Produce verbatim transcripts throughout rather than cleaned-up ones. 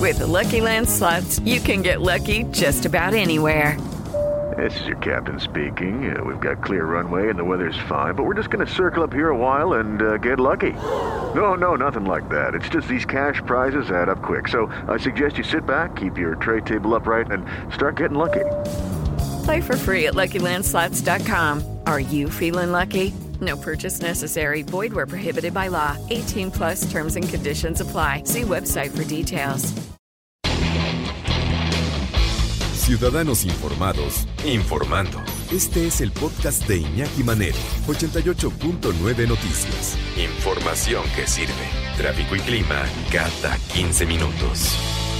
With the Lucky Land Slots, you can get lucky just about anywhere. This is your captain speaking. Uh, we've got clear runway and the weather's fine, but we're just going to circle up here a while and uh, get lucky. No, no, nothing like that. It's just these cash prizes add up quick. So I suggest you sit back, keep your tray table upright, and start getting lucky. Play for free at Lucky Land Slots dot com. Are you feeling lucky? No purchase necessary. Void where prohibited by law. eighteen plus terms and conditions apply. See website for details. Ciudadanos informados, informando. Este es el podcast de Iñaki Manero, ochenta y ocho punto nueve Noticias. Información que sirve. Tráfico y clima cada quince minutos.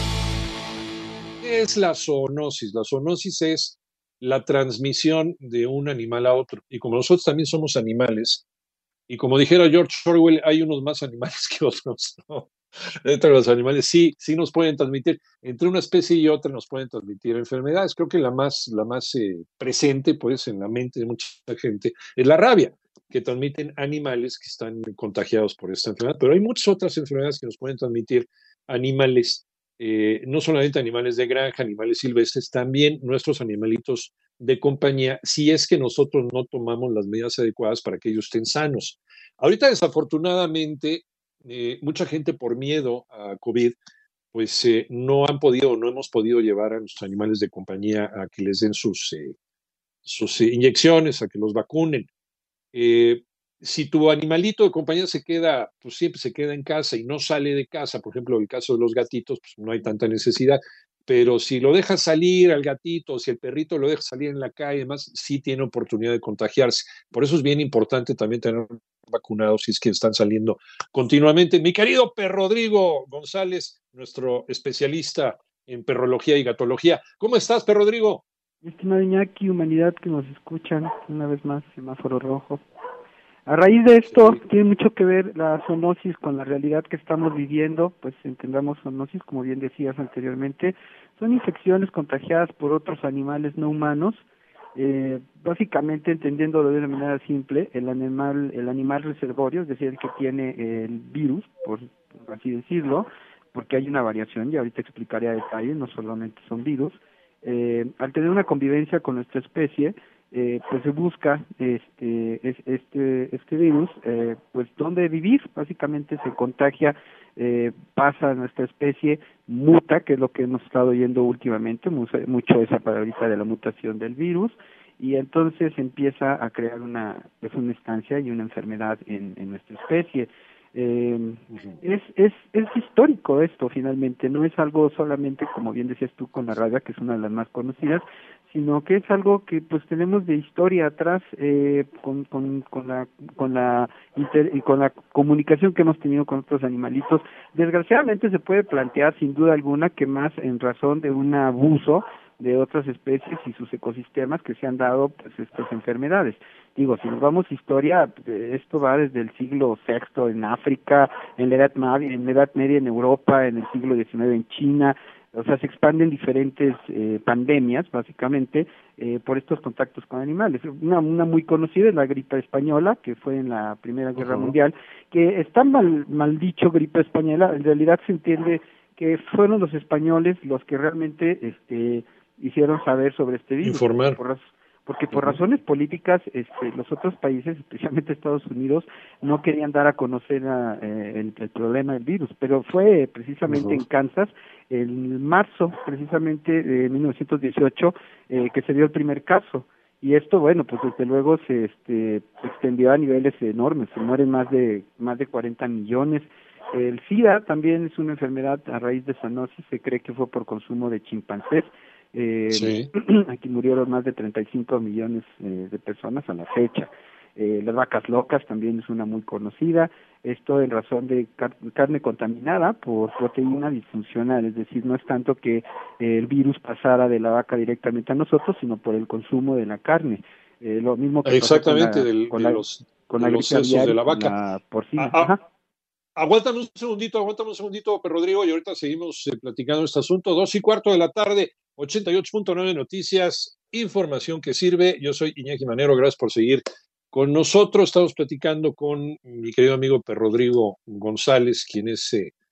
¿Qué es la zoonosis? La zoonosis es la transmisión de un animal a otro. Y como nosotros también somos animales, y como dijera George Orwell, hay unos más animales que otros, ¿no? Entre los animales sí, sí nos pueden transmitir, entre una especie y otra nos pueden transmitir enfermedades. Creo que la más, la más eh, presente, pues, en la mente de mucha gente es la rabia, que transmiten animales que están contagiados por esta enfermedad. Pero hay muchas otras enfermedades que nos pueden transmitir animales, eh, no solamente animales de granja, animales silvestres, también nuestros animalitos de compañía, si es que nosotros no tomamos las medidas adecuadas para que ellos estén sanos. Ahorita, desafortunadamente, Eh, mucha gente por miedo a COVID, pues eh, no han podido, no hemos podido llevar a nuestros animales de compañía a que les den sus, eh, sus eh, inyecciones, a que los vacunen. Eh, si tu animalito de compañía se queda, pues siempre se queda en casa y no sale de casa, por ejemplo, el caso de los gatitos, pues no hay tanta necesidad, pero si lo dejas salir al gatito, si el perrito lo deja salir en la calle, además, sí tiene oportunidad de contagiarse. Por eso es bien importante también tener vacunados si es que están saliendo continuamente. Mi querido Perro Rodrigo González, nuestro especialista en perrología y gatología. ¿Cómo estás, Perro Rodrigo? Estimado Iñaki, humanidad que nos escuchan, una vez más, semáforo rojo. A raíz de esto, sí, tiene mucho que ver la zoonosis con la realidad que estamos viviendo. Pues entendamos zoonosis, como bien decías anteriormente, son infecciones contagiadas por otros animales no humanos. Eh, básicamente, entendiéndolo de una manera simple, el animal, el animal reservorio, es decir, el que tiene el virus, por, por así decirlo, porque hay una variación, y ahorita explicaré a detalle, no solamente son virus, eh, al tener una convivencia con nuestra especie, eh, pues se busca este este este virus, eh, pues dónde vivir. Básicamente se contagia, eh, pasa a nuestra especie, muta, que es lo que hemos estado oyendo últimamente, mucho, mucho esa palabrita de la mutación del virus, y entonces empieza a crear una pues una estancia y una enfermedad en, en nuestra especie. Eh, uh-huh. es, es, es histórico esto, finalmente, no es algo solamente, como bien decías tú, con la rabia, que es una de las más conocidas, sino que es algo que pues tenemos de historia atrás, eh, con, con, con la con la inter, y con la comunicación que hemos tenido con otros animalitos. Desgraciadamente se puede plantear sin duda alguna que más en razón de un abuso de otras especies y sus ecosistemas que se han dado pues estas enfermedades. Digo, si nos vamos a historia, esto va desde el siglo sexto en África, en la Edad Media, en la Edad Media en Europa, en el siglo diecinueve en China. O sea, se expanden diferentes eh, pandemias, básicamente, eh, por estos contactos con animales. Una, una muy conocida es la gripe española, que fue en la Primera Guerra uh-huh. Mundial, que está mal, mal dicho gripe española, en realidad se entiende que fueron los españoles los que realmente este hicieron saber sobre este virus. Informar. Por, porque por razones políticas este, los otros países, especialmente Estados Unidos, no querían dar a conocer a, eh, el, el problema del virus, pero fue precisamente uh-huh. en Kansas, en marzo precisamente de mil novecientos dieciocho, eh, que se dio el primer caso. Y esto, bueno, pues desde luego se este, extendió a niveles enormes, se mueren más de más de cuarenta millones. El SIDA también es una enfermedad a raíz de zoonosis, se cree que fue por consumo de chimpancés. Eh, sí. Aquí murieron más de treinta y cinco millones eh, de personas a la fecha. Eh, las vacas locas también es una muy conocida, esto en razón de car- carne contaminada por proteína disfuncional, es decir, no es tanto que eh, el virus pasara de la vaca directamente a nosotros, sino por el consumo de la carne. Eh, lo mismo que exactamente con la, del, con de la, los, con de la los sesos de la vaca. La porcina. A, a, Ajá. Aguántame un segundito, aguántame un segundito, Pedro Rodrigo, y ahorita seguimos eh, platicando este asunto. Dos y cuarto de la tarde, ochenta y ocho punto nueve Noticias, información que sirve. Yo soy Iñaki Manero, gracias por seguir con nosotros. Estamos platicando con mi querido amigo Pedro Rodrigo González, quien es eh,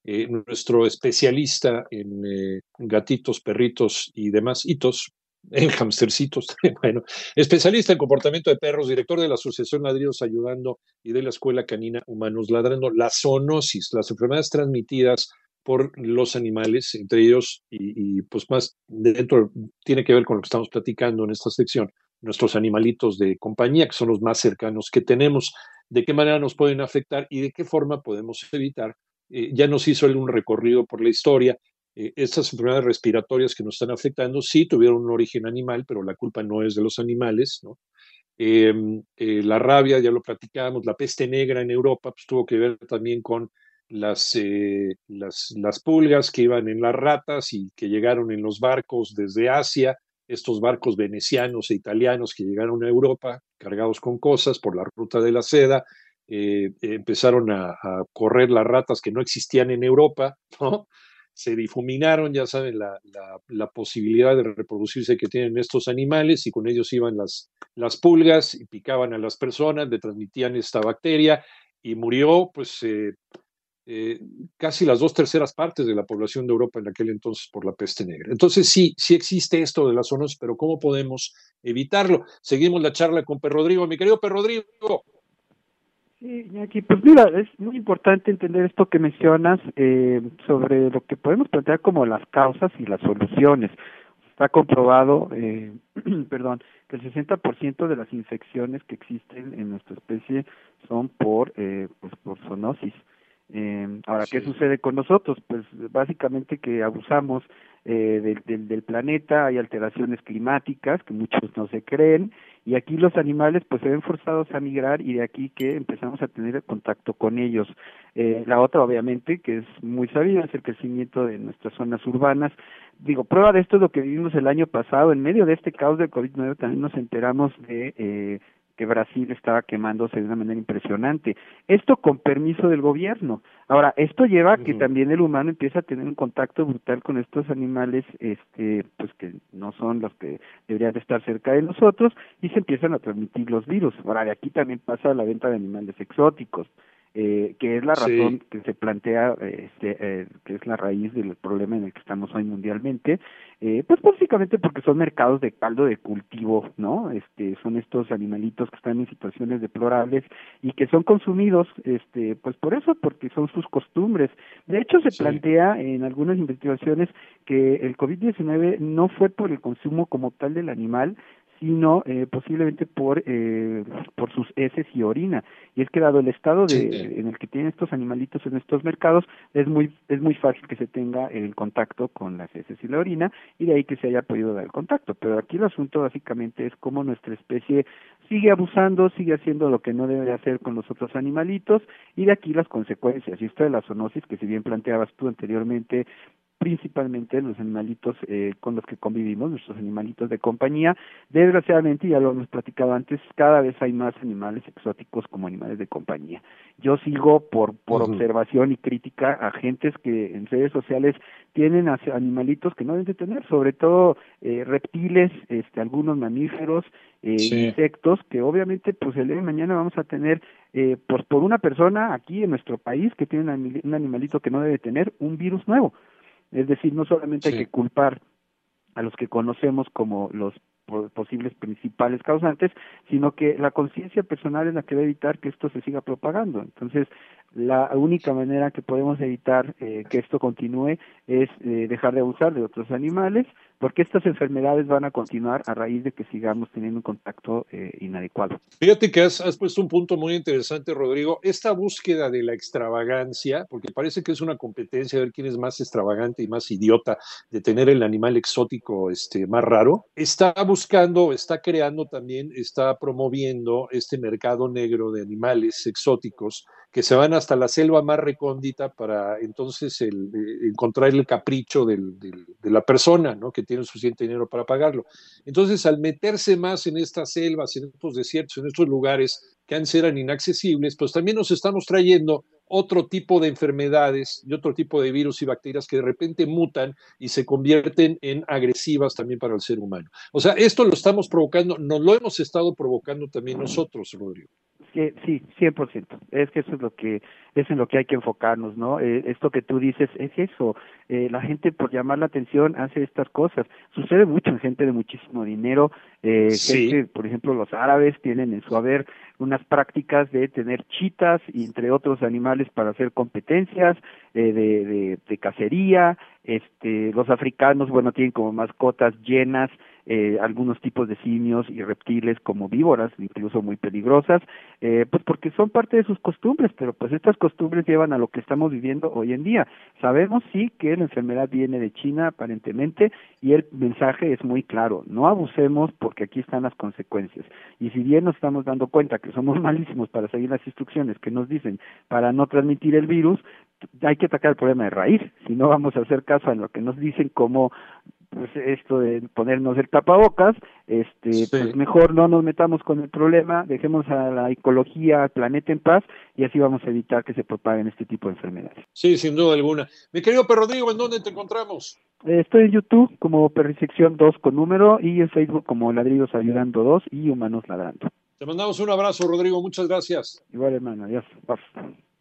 eh, nuestro especialista en eh, gatitos, perritos y demás hitos, en hamstercitos, bueno, especialista en comportamiento de perros, director de la Asociación Ladridos Ayudando y de la Escuela Canina Humanos Ladrando, la zoonosis, las enfermedades transmitidas por los animales, entre ellos, y, y pues más dentro, tiene que ver con lo que estamos platicando en esta sección, nuestros animalitos de compañía, que son los más cercanos que tenemos, de qué manera nos pueden afectar y de qué forma podemos evitar. Eh, ya nos hizo él un recorrido por la historia. Eh, estas enfermedades respiratorias que nos están afectando sí tuvieron un origen animal, pero la culpa no es de los animales, ¿no? Eh, eh, la rabia, ya lo platicábamos, la peste negra en Europa, pues tuvo que ver también con las, eh, las, las pulgas que iban en las ratas y que llegaron en los barcos desde Asia, estos barcos venecianos e italianos que llegaron a Europa cargados con cosas por la ruta de la seda, eh, eh, empezaron a, a correr las ratas que no existían en Europa, ¿no? Se difuminaron, ya saben, la, la, la, posibilidad de reproducirse que tienen estos animales y con ellos iban las, las pulgas y picaban a las personas, le transmitían esta bacteria y murió pues eh, eh, casi las dos terceras partes de la población de Europa en aquel entonces por la peste negra. Entonces sí, sí existe esto de las zoonosis, pero ¿cómo podemos evitarlo? Seguimos la charla con Per Rodrigo. Mi querido Per Rodrigo. Sí, Iñaki, pues mira, es muy importante entender esto que mencionas eh, sobre lo que podemos plantear como las causas y las soluciones. Está comprobado, eh, perdón, que el sesenta por ciento de las infecciones que existen en nuestra especie son por, eh, pues por zoonosis. Eh, ahora, ¿qué sí. sucede con nosotros? Pues básicamente que abusamos eh, del, del, del planeta, hay alteraciones climáticas que muchos no se creen, y aquí los animales pues se ven forzados a migrar y de aquí que empezamos a tener contacto con ellos. Eh, la otra, obviamente, que es muy sabida, es el crecimiento de nuestras zonas urbanas. Digo, prueba de esto es lo que vivimos el año pasado. En medio de este caos del COVID nueve también nos enteramos de eh, que Brasil estaba quemándose de una manera impresionante. Esto con permiso del gobierno. Ahora, esto lleva a que uh-huh. también el humano empieza a tener un contacto brutal con estos animales, este, pues que no son los que deberían estar cerca de nosotros, y se empiezan a transmitir los virus. Ahora, de aquí también pasa la venta de animales exóticos. Eh, que es la razón sí. que se plantea, este, eh, que es la raíz del problema en el que estamos hoy mundialmente, eh, pues básicamente porque son mercados de caldo de cultivo, ¿no? Este, son estos animalitos que están en situaciones deplorables y que son consumidos, este, pues por eso, porque son sus costumbres. De hecho, se sí. plantea en algunas investigaciones que el COVID diecinueve no fue por el consumo como tal del animal, sino eh, posiblemente por eh, por sus heces y orina. Y es que dado el estado de, sí. en el que tienen estos animalitos en estos mercados, es muy es muy fácil que se tenga el contacto con las heces y la orina, y de ahí que se haya podido dar el contacto. Pero aquí el asunto básicamente es cómo nuestra especie sigue abusando, sigue haciendo lo que no debe hacer con los otros animalitos, y de aquí las consecuencias. Y esto de la zoonosis, que si bien planteabas tú anteriormente, principalmente los animalitos eh, con los que convivimos, nuestros animalitos de compañía. Desgraciadamente, ya lo hemos platicado antes, cada vez hay más animales exóticos como animales de compañía. Yo sigo por por uh-huh. observación y crítica a gentes que en redes sociales tienen animalitos que no deben de tener, sobre todo eh, reptiles, este, algunos mamíferos, eh, sí. insectos, que obviamente pues el día de mañana vamos a tener eh, pues por una persona aquí en nuestro país que tiene un animalito que no debe tener un virus nuevo. Es decir, no solamente sí. hay que culpar a los que conocemos como los posibles principales causantes, sino que la conciencia personal es la que debe evitar que esto se siga propagando. Entonces, la única manera que podemos evitar eh, que esto continúe es eh, dejar de abusar de otros animales, porque estas enfermedades van a continuar a raíz de que sigamos teniendo un contacto eh, inadecuado. Fíjate que has, has puesto un punto muy interesante, Rodrigo, esta búsqueda de la extravagancia, porque parece que es una competencia de ver quién es más extravagante y más idiota de tener el animal exótico este, más raro, está buscando, está creando también, está promoviendo este mercado negro de animales exóticos que se van hasta la selva más recóndita para entonces el, eh, encontrar el capricho del, del, de la persona, ¿no? Que tiene suficiente dinero para pagarlo. Entonces, al meterse más en estas selvas, en estos desiertos, en estos lugares que antes eran inaccesibles, pues también nos estamos trayendo otro tipo de enfermedades y otro tipo de virus y bacterias que de repente mutan y se convierten en agresivas también para el ser humano. O sea, esto lo estamos provocando, nos lo hemos estado provocando también nosotros, Rodrigo. Sí, sí, cien por ciento. Es que eso es lo que es en lo que hay que enfocarnos, ¿no? Eh, esto que tú dices es eso. Eh, la gente por llamar la atención hace estas cosas. Sucede mucho en gente de muchísimo dinero. Eh, Sí. gente, por ejemplo, los árabes tienen en su haber unas prácticas de tener chitas y entre otros animales para hacer competencias eh, de, de, de cacería. Este, los africanos, bueno, tienen como mascotas llenas eh, algunos tipos de simios y reptiles como víboras, incluso muy peligrosas, eh, pues porque son parte de sus costumbres, pero pues estas costumbres llevan a lo que estamos viviendo hoy en día. Sabemos sí que la enfermedad viene de China aparentemente y el mensaje es muy claro, no abusemos porque aquí están las consecuencias. Y si bien nos estamos dando cuenta que somos malísimos para seguir las instrucciones que nos dicen para no transmitir el virus, hay que atacar el problema de raíz, si no vamos a hacer caso a lo que nos dicen como pues esto de ponernos el tapabocas, este, Sí. pues mejor no nos metamos con el problema, dejemos a la ecología, al planeta en paz y así vamos a evitar que se propaguen este tipo de enfermedades. Sí, sin duda alguna. Mi querido Pedro Rodrigo, ¿en dónde te encontramos? Eh, estoy en YouTube como Perrisección dos con número y en Facebook como Ladridos Ayudando dos y Humanos Ladrando. Te mandamos un abrazo, Rodrigo. Muchas gracias. Igual, hermano. Adiós. Bye.